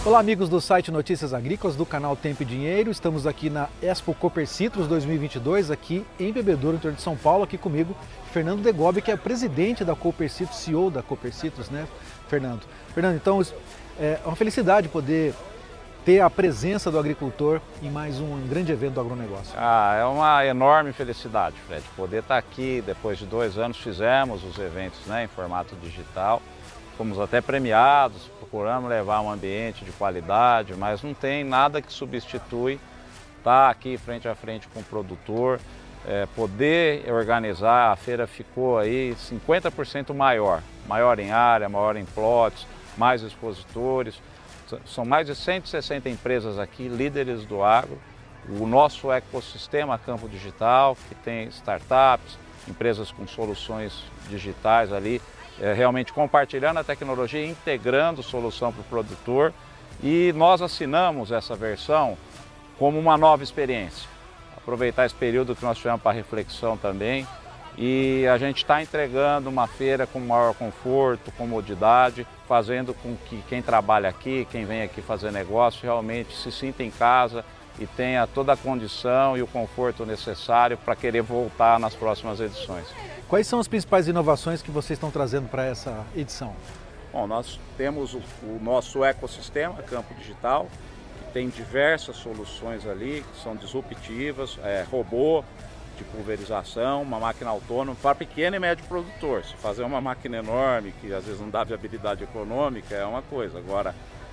Olá amigos do site Notícias Agrícolas, do canal Tempo e Dinheiro. Estamos aqui na Expo Copercitrus 2022, aqui em Bebedouro, interior de São Paulo. Aqui comigo, Fernando Degobi, que é presidente da Copercitrus, CEO da Copercitrus, né, Fernando? Fernando, então é uma felicidade poder ter a presença do agricultor em mais um grande evento do agronegócio. É uma enorme felicidade, Fred, poder estar aqui. Depois de 2 anos fizemos os eventos, né, em formato digital. Fomos até premiados, procuramos levar um ambiente de qualidade, mas não tem nada que substitui estar aqui frente a frente com o produtor, poder organizar. A feira ficou aí 50% maior em área, maior em plots, mais expositores. São mais de 160 empresas aqui, líderes do agro. O nosso ecossistema Campo Digital, que tem startups, empresas com soluções digitais ali, realmente compartilhando a tecnologia e integrando solução para o produtor. E nós assinamos essa versão como uma nova experiência. Aproveitar esse período que nós tivemos para reflexão também. E a gente está entregando uma feira com maior conforto, comodidade, fazendo com que quem trabalha aqui, quem vem aqui fazer negócio, realmente se sinta em casa e tenha toda a condição e o conforto necessário para querer voltar nas próximas edições. Quais são as principais inovações que vocês estão trazendo para essa edição? Bom, nós temos o nosso ecossistema Campo Digital, que tem diversas soluções ali, que são disruptivas, robô de pulverização, uma máquina autônoma para pequeno e médio produtor. Se fazer uma máquina enorme, que às vezes não dá viabilidade econômica, é uma coisa. Agora,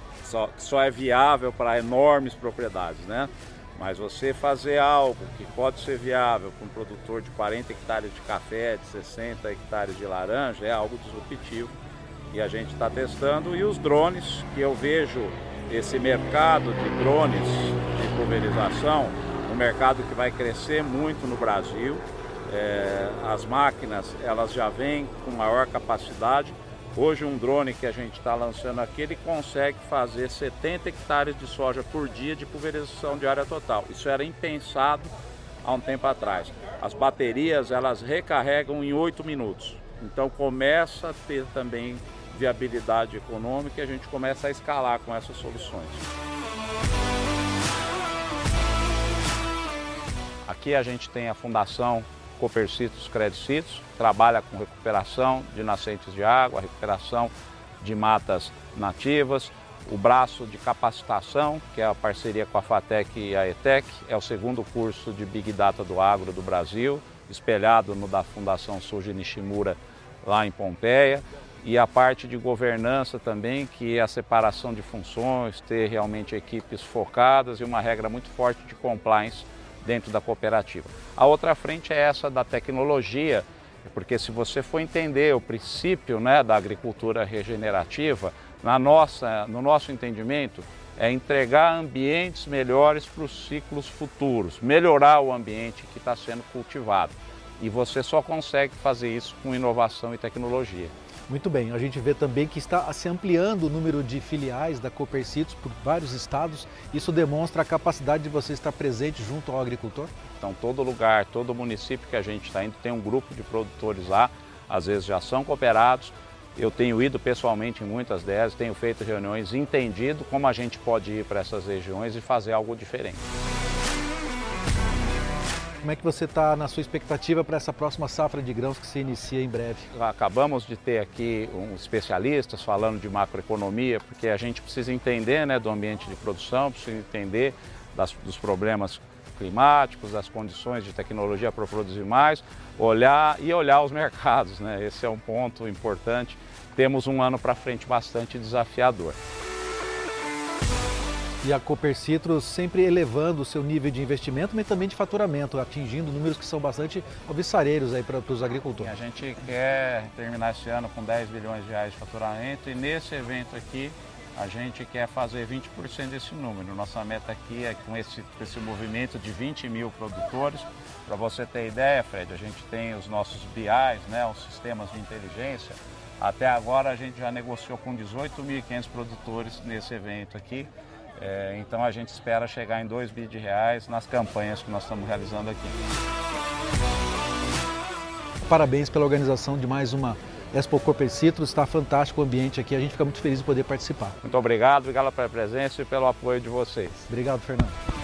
só é viável para enormes propriedades, né? Mas você fazer algo que pode ser viável para um produtor de 40 hectares de café, de 60 hectares de laranja, é algo disruptivo e a gente está testando. E os drones, que eu vejo esse mercado de drones de pulverização, um mercado que vai crescer muito no Brasil. As máquinas, elas já vêm com maior capacidade. Hoje um drone que a gente está lançando aqui, ele consegue fazer 70 hectares de soja por dia de pulverização de área total. Isso era impensado há um tempo atrás. As baterias, elas recarregam em 8 minutos. Então começa a ter também viabilidade econômica e a gente começa a escalar com essas soluções. Aqui a gente tem a Fundação Copercitrus Credicitrus, trabalha com recuperação de nascentes de água, recuperação de matas nativas. O braço de capacitação, que é a parceria com a FATEC e a ETEC, é o segundo curso de Big Data do Agro do Brasil, espelhado no da Fundação Suji Nishimura lá em Pompeia. E a parte de governança também, que é a separação de funções, ter realmente equipes focadas e uma regra muito forte de compliance dentro da cooperativa. A outra frente é essa da tecnologia, porque se você for entender o princípio, né, da agricultura regenerativa, no nosso entendimento, é entregar ambientes melhores para os ciclos futuros, melhorar o ambiente que está sendo cultivado. E você só consegue fazer isso com inovação e tecnologia. Muito bem, a gente vê também que está se ampliando o número de filiais da Copercitrus por vários estados. Isso demonstra a capacidade de você estar presente junto ao agricultor? Então, todo lugar, todo município que a gente está indo tem um grupo de produtores lá, às vezes já são cooperados. Eu tenho ido pessoalmente em muitas delas, tenho feito reuniões, entendido como a gente pode ir para essas regiões e fazer algo diferente. Como é que você está na sua expectativa para essa próxima safra de grãos que se inicia em breve? Acabamos de ter aqui especialistas falando de macroeconomia, porque a gente precisa entender, né, do ambiente de produção, precisa entender dos problemas climáticos, das condições de tecnologia para produzir mais, olhar os mercados, né? Esse é um ponto importante. Temos um ano para frente bastante desafiador. E a Copercitrus sempre elevando o seu nível de investimento, mas também de faturamento, atingindo números que são bastante alvissareiros aí para os agricultores. A gente quer terminar esse ano com 10 bilhões de reais de faturamento e nesse evento aqui a gente quer fazer 20% desse número. Nossa meta aqui é com esse movimento de 20 mil produtores. Para você ter ideia, Fred, a gente tem os nossos BIs, né, os sistemas de inteligência. Até agora a gente já negociou com 18.500 produtores nesse evento aqui. Então a gente espera chegar em 2 bilhões de reais nas campanhas que nós estamos realizando aqui. Parabéns pela organização de mais uma Expo Cooper Citrus, está fantástico o ambiente aqui, a gente fica muito feliz de poder participar. Muito obrigado pela presença e pelo apoio de vocês. Obrigado, Fernando.